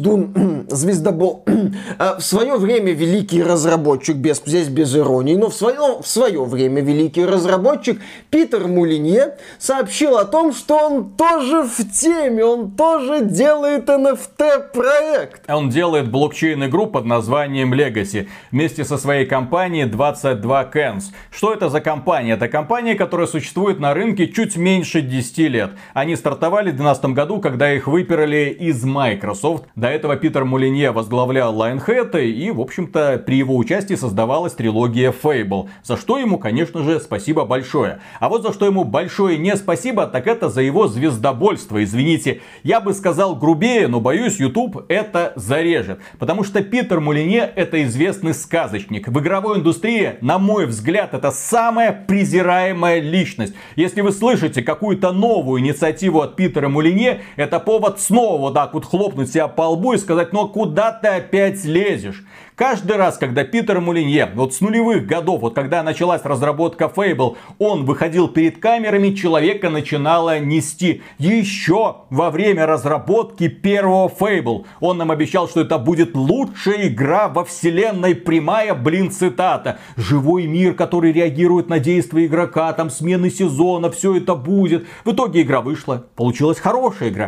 звездобол, в свое время великий разработчик, здесь без иронии, но в свое время великий разработчик Питер Мулинье сообщил о том, что он тоже в теме, он тоже делает NFT-проект. Он делает блокчейн-игру под названием Legacy вместе со своей компанией 22 Cans. Что это за компания? Это компания, которая существует на рынке чуть меньше 10 лет. Они стартовали в 2012 году, когда их выперли из Microsoft. До этого Питер Мулинье возглавлял Lionhead, и, в общем-то, при его участии создавалась трилогия Fable. За что ему, конечно же, спасибо большое. А вот за что ему большое не спасибо, так это за его звездобольство. Извините, я бы сказал грубее, но боюсь, YouTube это зарежет. Потому что Питер Мулинье это известный сказочник. В игровой индустрии, на мой взгляд, это самая презираемая личность. Если вы слышите какую-то новую инициативу от Питера Мулинье, это повод снова вот так вот хлопнуть себя по лбу и сказать: ну куда ты опять лезешь? Каждый раз, когда Питер Мулинье, вот с нулевых годов, вот когда началась разработка Fable, он выходил перед камерами, человека начинало нести. Еще во время разработки первого Fable он нам обещал, что это будет лучшая игра во вселенной, прямая, цитата. Живой мир, который реагирует на действия игрока, там смены сезона, все это будет. В итоге игра вышла, получилась хорошая игра.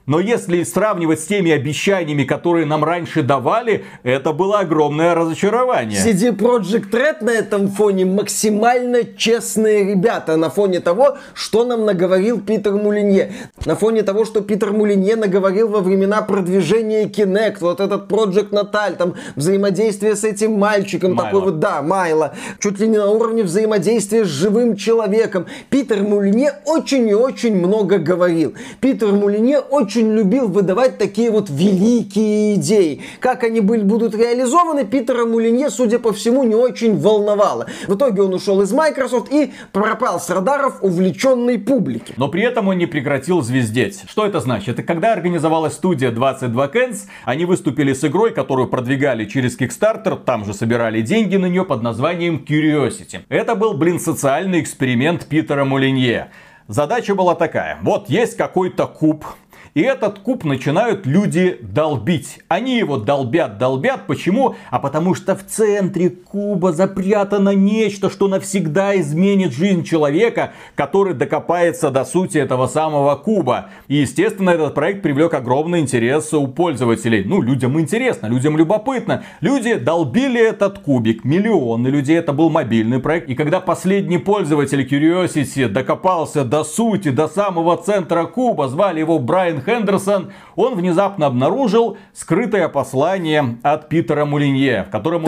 Но если сравнивать с теми обещаниями, которые нам раньше давали, это было огромное разочарование. CD Projekt Red на этом фоне максимально честные ребята. На фоне того, что нам наговорил Питер Мулинье. На фоне того, что Питер Мулинье наговорил во времена продвижения Kinect. Вот этот Project Natal, там взаимодействие с этим мальчиком. Майло. Такой вот, да, Майло. Чуть ли не на уровне взаимодействия с живым человеком. Питер Мулинье очень и очень много говорил. Питер Мулинье очень любил выдавать такие вот великие идеи. Как они будут реализованы, Питера Мулинье, судя по всему, не очень волновало. В итоге он ушел из Microsoft и пропал с радаров увлеченной публики. Но при этом он не прекратил звездеть. Что это значит? Это когда организовалась студия 22 Cans, они выступили с игрой, которую продвигали через Kickstarter, там же собирали деньги на нее под названием Curiosity. Это был, социальный эксперимент Питера Мулинье. Задача была такая. Вот есть какой-то куб. И этот куб начинают люди долбить. Они его долбят. Почему? А потому что в центре куба запрятано нечто, что навсегда изменит жизнь человека, который докопается до сути этого самого куба. И, естественно, этот проект привлек огромный интерес у пользователей. Людям интересно, людям любопытно. Люди долбили этот кубик. Миллионы людей. Это был мобильный проект. И когда последний пользователь Curiosity докопался до сути, до самого центра куба, звали его Брайан Хендерсон, он внезапно обнаружил скрытое послание от Питера Мулинье, в котором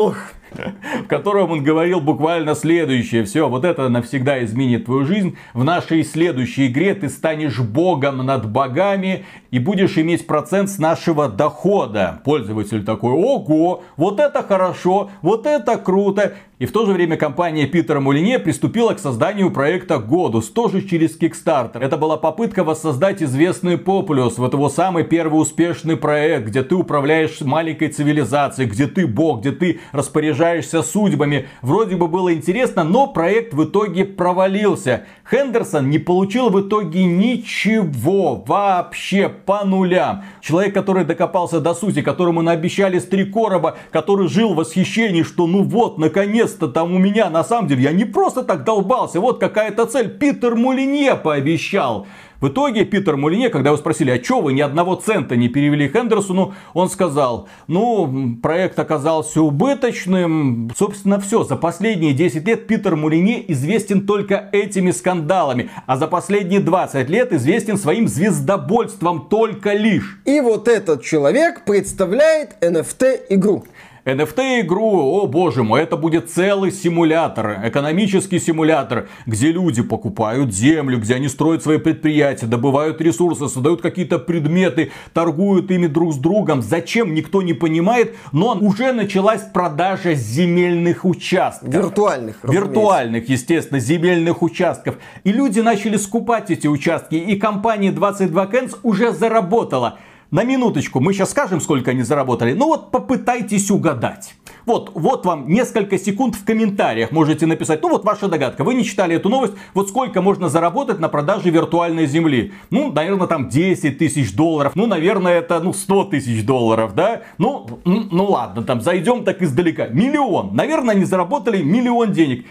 он говорил буквально следующее. Все, вот это навсегда изменит твою жизнь. В нашей следующей игре ты станешь богом над богами и будешь иметь процент с нашего дохода. Пользователь такой: ого, вот это хорошо, вот это круто. И в то же время компания Питера Мулинье приступила к созданию проекта Godus, тоже через Kickstarter. Это была попытка воссоздать известный Populous, вот его самый первый успешный проект, где ты управляешь маленькой цивилизацией, где ты бог, где ты распоряжаешься судьбами. Вроде бы было интересно, но проект в итоге провалился. Хендерсон не получил в итоге ничего, вообще по нулям. Человек, который докопался до сути, которому наобещали с 3 короба, который жил в восхищении, что наконец-то там у меня, на самом деле, я не просто так долбался, вот какая-то цель, Питер Мулинье пообещал. В итоге Питер Мулинье, когда его спросили, а чё вы ни одного цента не перевели Хендерсону, он сказал: проект оказался убыточным. Собственно, все. За последние 10 лет Питер Мулинье известен только этими скандалами. А за последние 20 лет известен своим звездобольством только лишь. И вот этот человек представляет NFT-игру. NFT-игру, о боже мой, это будет целый симулятор, экономический симулятор, где люди покупают землю, где они строят свои предприятия, добывают ресурсы, создают какие-то предметы, торгуют ими друг с другом. Зачем, никто не понимает, но уже началась продажа земельных участков. Виртуальных, естественно, земельных участков. И люди начали скупать эти участки, и компания 22 Cans уже заработала. На минуточку, мы сейчас скажем, сколько они заработали. Попытайтесь угадать. Вот вам несколько секунд в комментариях можете написать. Ваша догадка. Вы не читали эту новость. Вот сколько можно заработать на продаже виртуальной земли? Наверное, там 10 тысяч долларов. Наверное, это 100 тысяч долларов, да? Ладно, там зайдем так издалека. Миллион. Наверное, они заработали миллион денег.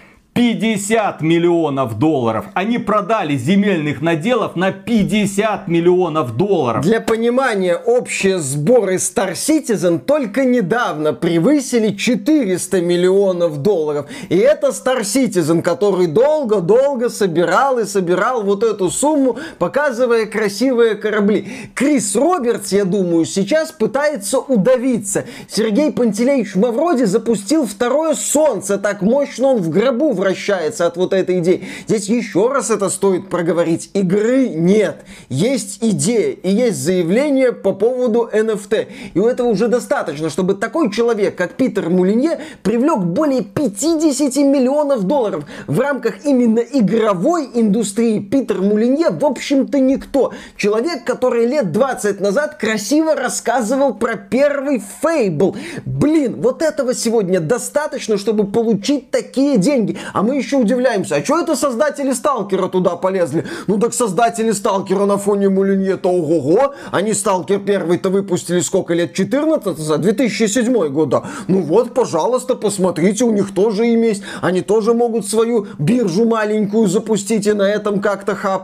50 миллионов долларов. Они продали земельных наделов на 50 миллионов долларов. Для понимания, общие сборы Star Citizen только недавно превысили 400 миллионов долларов. И это Star Citizen, который долго-долго собирал вот эту сумму, показывая красивые корабли. Крис Робертс, я думаю, сейчас пытается удавиться. Сергей Пантелеич Мавроди запустил второе солнце. Так мощно он в гробу вращается от вот этой идеи. Здесь еще раз это стоит проговорить. Игры нет. Есть идея и есть заявление по поводу NFT. И у этого уже достаточно, чтобы такой человек, как Питер Мулинье, привлек более 50 миллионов долларов. В рамках именно игровой индустрии Питер Мулинье, в общем-то, никто. Человек, который лет 20 назад красиво рассказывал про первый Fable. Вот этого сегодня достаточно, чтобы получить такие деньги. А мы еще удивляемся, а что это создатели Сталкера туда полезли? Так создатели Сталкера на фоне Мулинье-то ого-го. Они Сталкер первый-то выпустили сколько лет? 14 назад? 2007 год, да. Пожалуйста, посмотрите, у них тоже имя есть. Они тоже могут свою биржу маленькую запустить и на этом как-то хапнуть.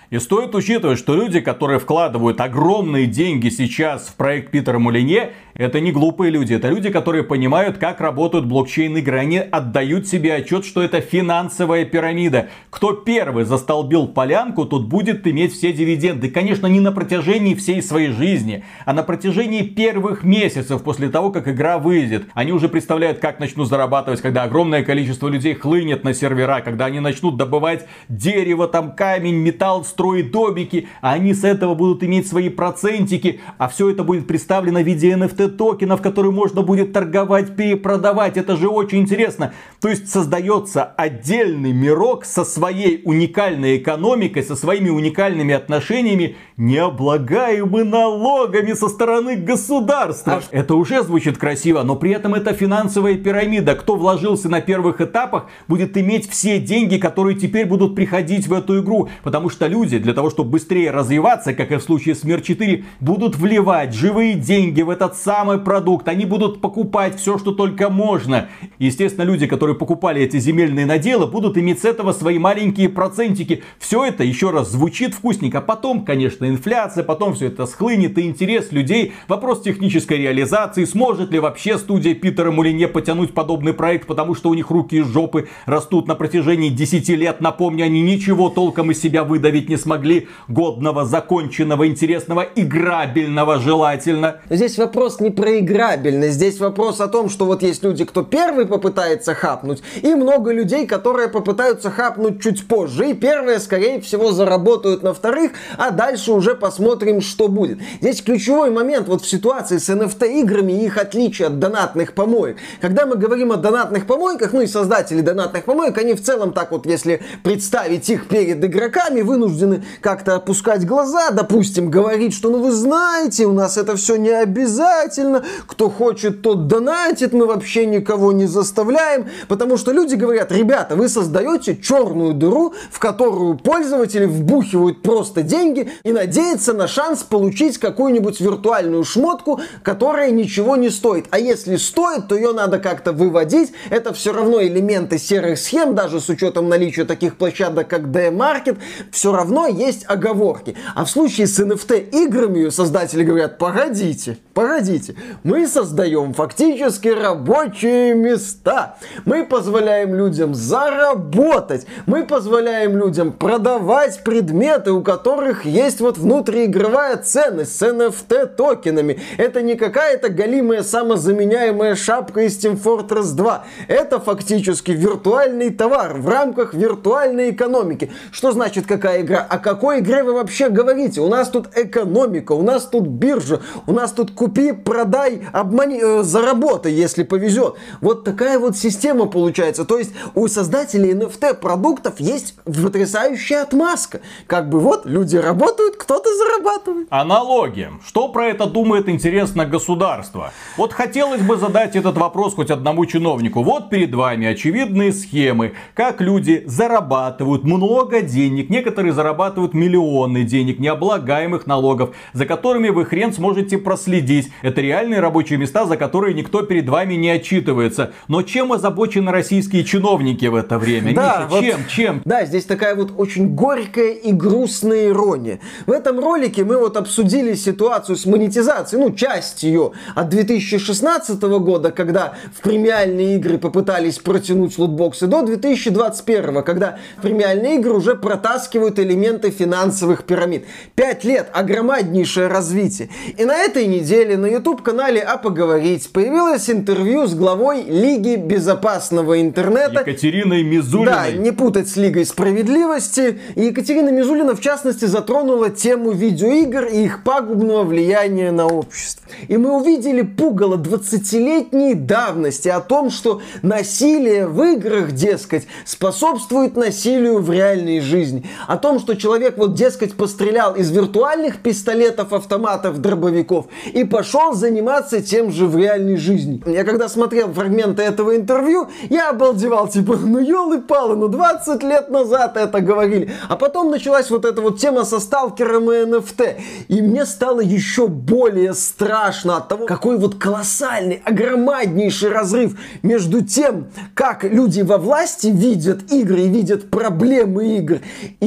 И стоит учитывать, что люди, которые вкладывают огромные деньги сейчас в проект Питера Молинье, это не глупые люди, это люди, которые понимают, как работают блокчейн-игры. Они отдают себе отчет, что это финансовая пирамида. Кто первый застолбил полянку, тот будет иметь все дивиденды. Конечно, не на протяжении всей своей жизни, а на протяжении первых месяцев после того, как игра выйдет. Они уже представляют, как начнут зарабатывать, когда огромное количество людей хлынет на сервера, когда они начнут добывать дерево, там камень, металл, строить домики, а они с этого будут иметь свои процентики, а все это будет представлено в виде NFT токенов, которые можно будет торговать, перепродавать. Это же очень интересно. То есть создается отдельный мирок со своей уникальной экономикой, со своими уникальными отношениями, не облагаемый налогами со стороны государства. Это уже звучит красиво, но при этом это финансовая пирамида. Кто вложился на первых этапах, будет иметь все деньги, которые теперь будут приходить в эту игру. Потому что люди, для того, чтобы быстрее развиваться, как и в случае с Мир 4, будут вливать живые деньги в этот самый продукт. Они будут покупать все, что только можно. Естественно, люди, которые покупали эти земельные наделы, будут иметь с этого свои маленькие процентики. Все это, еще раз, звучит вкусненько. Потом, конечно, инфляция, потом все это схлынет, и интерес людей. Вопрос технической реализации. Сможет ли вообще студия Питера Молинье потянуть подобный проект, потому что у них руки из жопы растут на протяжении 10 лет. Напомню, они ничего толком из себя выдавить не смогли. Годного, законченного, интересного, играбельного желательно. Здесь вопрос не про играбельность. Здесь вопрос о том, что вот есть люди, кто первый попытается хапнуть, и много людей, которые попытаются хапнуть чуть позже. И первые, скорее всего, заработают на вторых, а дальше уже посмотрим, что будет. Здесь ключевой момент вот в ситуации с NFT-играми и их отличие от донатных помоек. Когда мы говорим о донатных помойках, ну и создатели донатных помоек, они в целом так вот, если представить их перед игроками, вынуждены как-то опускать глаза, допустим, говорить, что ну вы знаете, у нас это все не обязательно, кто хочет, тот донатит, мы вообще никого не заставляем, потому что люди говорят, ребята, вы создаете черную дыру, в которую пользователи вбухивают просто деньги и надеются на шанс получить какую-нибудь виртуальную шмотку, которая ничего не стоит. А если стоит, то ее надо как-то выводить. Это все равно элементы серых схем, даже с учетом наличия таких площадок, как D-Market, все равно есть оговорки. А в случае с NFT-играми создатели говорят, погодите, мы создаем фактически рабочие места. Мы позволяем людям заработать. Мы позволяем людям продавать предметы, у которых есть вот внутриигровая ценность с NFT-токенами. Это не какая-то голимая самозаменяемая шапка из Team Fortress 2. Это фактически виртуальный товар в рамках виртуальной экономики. Что значит какая игра? О какой игре вы вообще говорите? У нас тут экономика, у нас тут биржа, у нас тут купи, продай, обмани, заработай, если повезет. Вот такая вот система получается. То есть у создателей NFT продуктов есть потрясающая отмазка. Как бы вот люди работают, кто-то зарабатывает. Аналогия. Что про это думает, интересно, государство? Вот хотелось бы задать этот вопрос хоть одному чиновнику. Вот перед вами очевидные схемы, как люди зарабатывают много денег. Некоторые зарабатывают миллионы денег, необлагаемых налогов, за которыми вы хрен сможете проследить. Это реальные рабочие места, за которые никто перед вами не отчитывается. Но чем озабочены российские чиновники в это время? Да, Миша, вот, чем? Да, здесь такая вот очень горькая и грустная ирония. В этом ролике мы вот обсудили ситуацию с монетизацией, ну, часть ее от 2016 года, когда в премиальные игры попытались протянуть лутбоксы, до 2021, когда в премиальные игры уже протаскивают элементы финансовых пирамид. 5 лет, огромнейшее развитие. И на этой неделе на YouTube-канале «А поговорить» появилось интервью с главой Лиги безопасного интернета Екатериной Мизулиной. Да, не путать с Лигой справедливости. И Екатерина Мизулина, в частности, затронула тему видеоигр и их пагубного влияния на общество. И мы увидели пугало 20-летней давности о том, что насилие в играх, дескать, способствует насилию в реальной жизни. О том, что человек, вот, дескать, пострелял из виртуальных пистолетов, автоматов, дробовиков и пошел заниматься тем же в реальной жизни. Я когда смотрел фрагменты этого интервью, я обалдевал, типа, ну елы-палы, ну 20 лет назад это говорили. А потом началась вот эта вот тема со сталкером и NFT. И мне стало еще более страшно от того, какой вот колоссальный, огромнейший разрыв между тем, как люди во власти видят игры и видят проблемы игр, и тем, как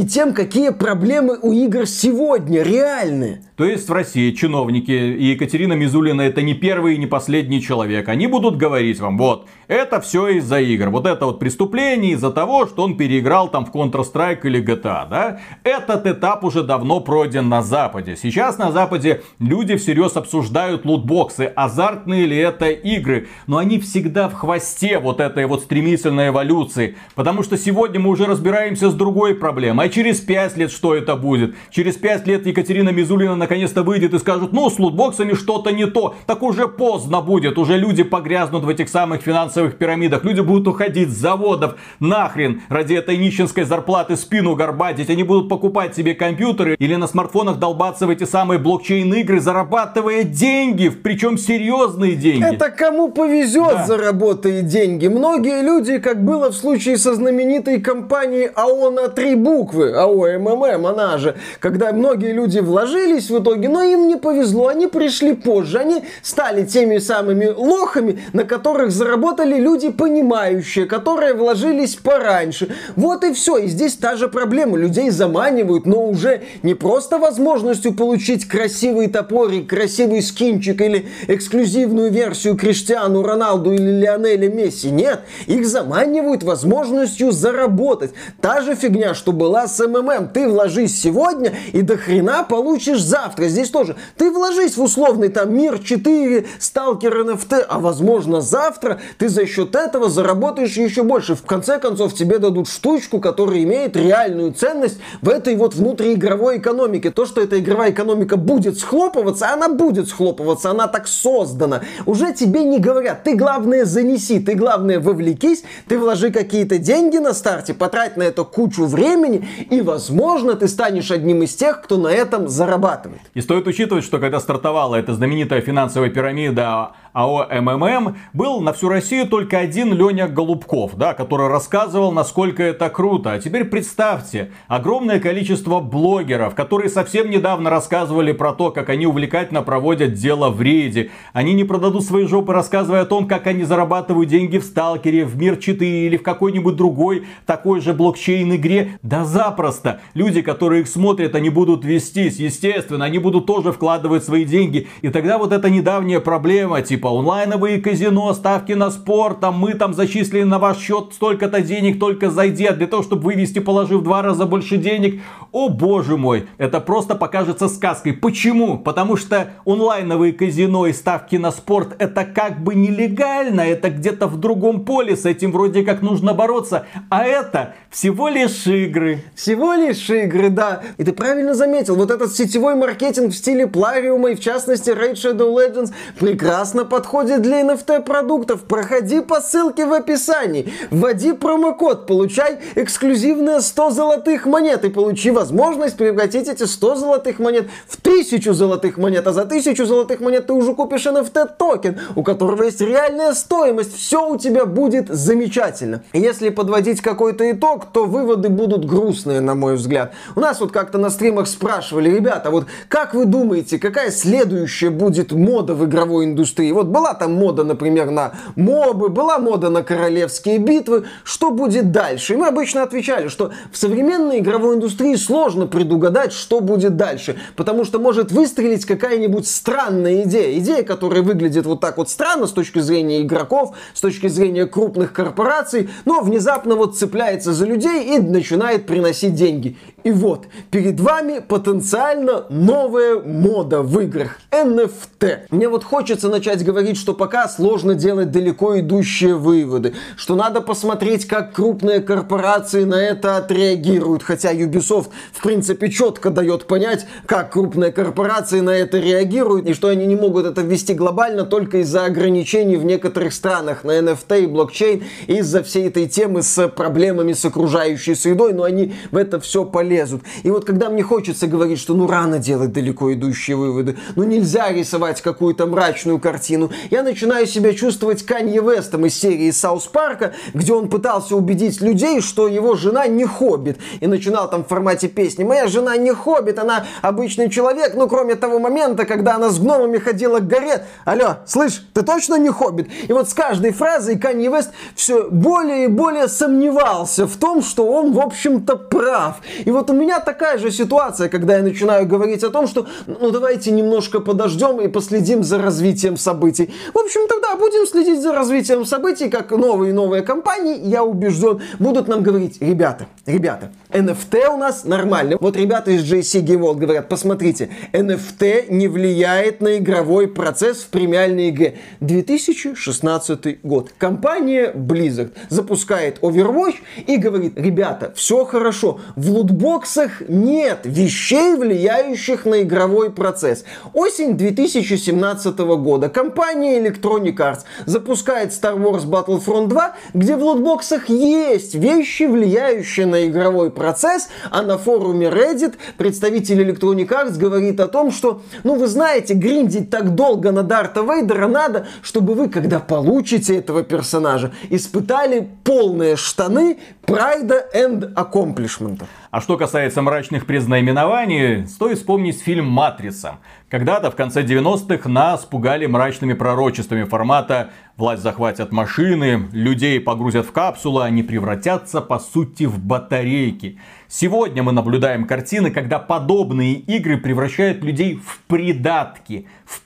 какие проблемы у игр сегодня, реальные. То есть в России чиновники и Екатерина Мизулина это не первый и не последний человек. Они будут говорить вам, вот, это все из-за игр. Вот это вот преступление из-за того, что он переиграл там в Counter-Strike или GTA, да? Этот этап уже давно пройден на Западе. Сейчас на Западе люди всерьез обсуждают лутбоксы, азартные ли это игры. Но они всегда в хвосте вот этой вот стремительной эволюции. Потому что сегодня мы уже разбираемся с другой проблемой. А через 5 лет что это будет? Через 5 лет Екатерина Мизулина наконец-то выйдет и скажет, ну, с лутбоксами что-то не то. Так уже поздно будет. Уже люди погрязнут в этих самых финансовых пирамидах. Люди будут уходить с заводов нахрен ради этой нищенской зарплаты спину горбатить. Они будут покупать себе компьютеры или на смартфонах долбаться в эти самые блокчейн-игры, зарабатывая деньги, причем серьезные деньги. Это кому повезет, да, заработает деньги. Многие люди, как было в случае со знаменитой компанией АО на 3 буквы, АО МММ, она же, когда многие люди вложились в итоге, но им не повезло, они пришли позже, они стали теми самыми лохами, на которых заработали люди понимающие, которые вложились пораньше. Вот и все. И здесь та же проблема. Людей заманивают, но уже не просто возможностью получить красивый топорик, красивый скинчик или эксклюзивную версию Криштиану Роналду или Лионеля Месси. Нет, их заманивают возможностью заработать. Та же фигня, что была с МММ. Ты вложись сегодня и до хрена получишь завтра. Здесь тоже. Ты вложись в условный там Мир 4, Сталкер NFT, а возможно завтра ты за счет этого заработаешь еще больше. В конце концов тебе дадут штучку, которая имеет реальную ценность в этой вот внутриигровой экономике. То, что эта игровая экономика будет схлопываться, она будет схлопываться, она так создана. Уже тебе не говорят, ты главное занеси, ты главное вовлекись, ты вложи какие-то деньги на старте, потрать на это кучу времени, и возможно ты станешь одним из тех, кто на этом зарабатывает. И стоит учитывать, что когда стартовала эта знаменитая финансовая пирамида АО МММ, был на всю Россию только один Леня Голубков, да, который рассказывал, насколько это круто. А теперь представьте, огромное количество блогеров, которые совсем недавно рассказывали про то, как они увлекательно проводят дело в рейде. Они не продадут свои жопы, рассказывая о том, как они зарабатывают деньги в Сталкере, в Мир 4 или в какой-нибудь другой такой же блокчейн-игре. Да запросто. Люди, которые их смотрят, они будут вестись, естественно, они будут тоже вкладывать свои деньги. И тогда вот эта недавняя проблема, типа онлайновые казино, ставки на спорт, там мы там зачислили на ваш счет столько-то денег, только зайди, а для того, чтобы вывести, положив в 2 раза больше денег. О боже мой, это просто покажется сказкой. Почему? Потому что онлайновые казино и ставки на спорт это как бы нелегально, это где-то в другом поле, с этим вроде как нужно бороться, а это всего лишь игры. Всего лишь игры, да. И ты правильно заметил, вот этот сетевой маркетинг в стиле Плариума и в частности Raid Shadow Legends прекрасно подходит для NFT продуктов. Проходи по ссылке в описании, вводи промокод, получай эксклюзивные 100 золотых монет и получи возможность превратить эти 100 золотых монет в 1000 золотых монет, а за 1000 золотых монет ты уже купишь NFT токен, у которого есть реальная стоимость. Все у тебя будет замечательно. И если подводить какой-то итог, то выводы будут грустные, на мой взгляд. У нас вот как-то на стримах спрашивали, ребята, вот как вы думаете, какая следующая будет мода в игровой индустрии? Вот была там мода, например, на мобы, была мода на королевские битвы. Что будет дальше? И мы обычно отвечали, что в современной игровой индустрии сложно предугадать, что будет дальше. Потому что может выстрелить какая-нибудь странная идея. Идея, которая выглядит вот так вот странно с точки зрения игроков, с точки зрения крупных корпораций, но внезапно вот цепляется за людей и начинает приносить деньги. И вот, перед вами потенциально новая мода в играх. NFT. Мне вот хочется начать говорить, что пока сложно делать далеко идущие выводы. Что надо посмотреть, как крупные корпорации на это отреагируют. Хотя Ubisoft, в принципе, четко дает понять, как крупные корпорации на это реагируют. И что они не могут это ввести глобально только из-за ограничений в некоторых странах на NFT и блокчейн. Из-за всей этой темы с проблемами с окружающей средой. Но они в это все полезут. И вот когда мне хочется говорить, что ну рано делать далеко идущие выводы, ну нельзя рисовать какую-то мрачную картину, я начинаю себя чувствовать Канье Вестом из серии Саус Парка, где он пытался убедить людей, что его жена не хоббит. И начинал там в формате песни: моя жена не хоббит, она обычный человек, ну кроме того момента, когда она с гномами ходила к горе. Алло, слышь, ты точно не хоббит? И вот с каждой фразой Канье Вест все более и более сомневался в том, что он в общем-то прав. И вот вот у меня такая же ситуация, когда я начинаю говорить о том, что ну давайте немножко подождем и последим за развитием событий. В общем, тогда будем следить за развитием событий, как новые и новые компании, я убежден, будут нам говорить: ребята, NFT у нас нормально. Вот ребята из JC Game World говорят: посмотрите, NFT не влияет на игровой процесс в премиальной игре. 2016 год. Компания Blizzard запускает Overwatch и говорит: ребята, все хорошо, в лутбоксах нет вещей, влияющих на игровой процесс. Осень 2017 года. Компания Electronic Arts запускает Star Wars Battlefront 2, где в лутбоксах есть вещи, влияющие на игровой процесс, а на форуме Reddit представитель Electronic Arts говорит о том, что, ну вы знаете, гриндить так долго на Дарта Вейдера надо, чтобы вы, когда получите этого персонажа, испытали полные штаны прайда and accomplishment. А что касается мрачных предзнаменований, стоит вспомнить фильм «Матрица». Когда-то в конце 90-х нас пугали мрачными пророчествами формата: власть захватят машины, людей погрузят в капсулы, они превратятся по сути в батарейки. Сегодня мы наблюдаем картины, когда подобные игры превращают людей в придатки,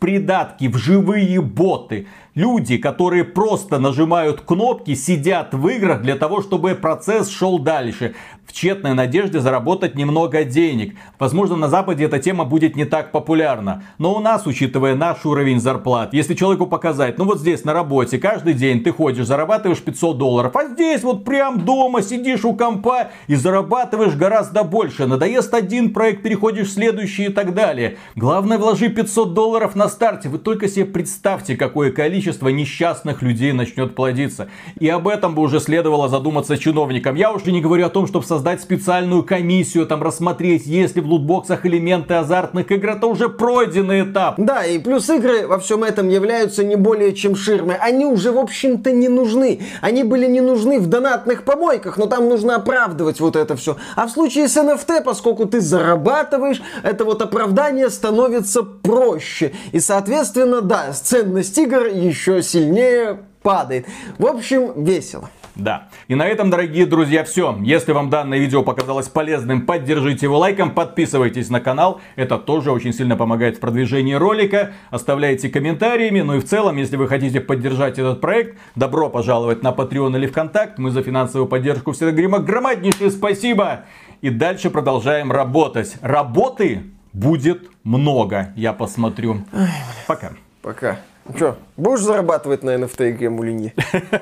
в живые боты. Люди, которые просто нажимают кнопки, сидят в играх для того, чтобы процесс шел дальше, в тщетной надежде заработать немного денег. Возможно, на Западе эта тема будет не так популярна, но у нас, учитывая наш уровень зарплат, если человеку показать: ну вот здесь на работе каждый день ты ходишь, зарабатываешь $500, а здесь вот прям дома сидишь у компа и зарабатываешь гораздо больше. Надоест один проект, переходишь в следующий и так далее. Главное, вложи $500 на старте. Вы только себе представьте, какое количество несчастных людей начнет плодиться. И об этом бы уже следовало задуматься чиновникам. Я уже не говорю о том, чтобы создать специальную комиссию, там рассмотреть, есть ли в лутбоксах элементы азартных игр. Это уже пройденный этап. Да, и плюс игры во всем этом являются не более чем ширмой. Они уже, в общем-то, не нужны. Они были не нужны в донатных помойках, но там нужно оправдывать вот это все. А в случае с NFT, поскольку ты зарабатываешь, это вот оправдание становится проще. И, соответственно, да, ценность игр еще сильнее падает. В общем, весело. Да. И на этом, дорогие друзья, все. Если вам данное видео показалось полезным, поддержите его лайком, подписывайтесь на канал. Это тоже очень сильно помогает в продвижении ролика. Оставляйте комментариями. Ну и в целом, если вы хотите поддержать этот проект, добро пожаловать на Patreon или ВКонтакт. Мы за финансовую поддержку всегда говорим огромнейшее спасибо. И дальше продолжаем работать. Работы будет много, я посмотрю. Пока. Пока. Ну что, будешь зарабатывать на NFT игре Мулинье?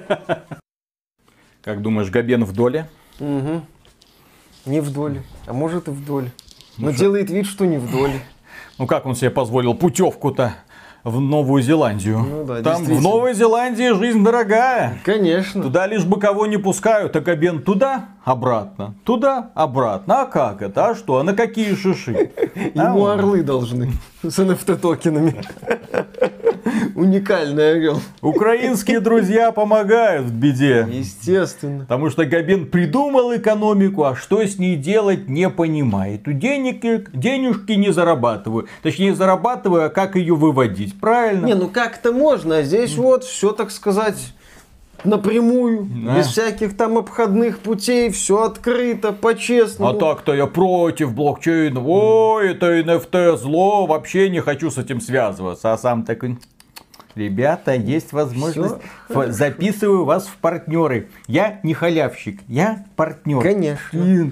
Как думаешь, Габен в доле? Угу. Не в доле. А может и в доле. Но делает вид, что не в доле. Ну как он себе позволил путевку-то в Новую Зеландию? Ну да, там в Новой Зеландии жизнь дорогая. Конечно. Туда лишь бы кого не пускают. А Габен туда, обратно. Туда, обратно. А как это? А что? А на какие шиши? Ему орлы должны. С NFT-токенами. Уникальный орел. Украинские друзья помогают в беде. Естественно. Потому что Габен придумал экономику, а что с ней делать не понимает. Денежки не зарабатываю. Точнее, зарабатываю, а как ее выводить. Правильно? Не, ну как-то можно. А здесь вот все, так сказать, напрямую. Да. Без всяких там обходных путей. Все открыто, по-честному. А так-то я против блокчейна. Ой, это NFT зло. Вообще не хочу с этим связываться. А сам такой: ребята, есть возможность. Записываю вас в партнеры. Я не халявщик, я партнер. Конечно.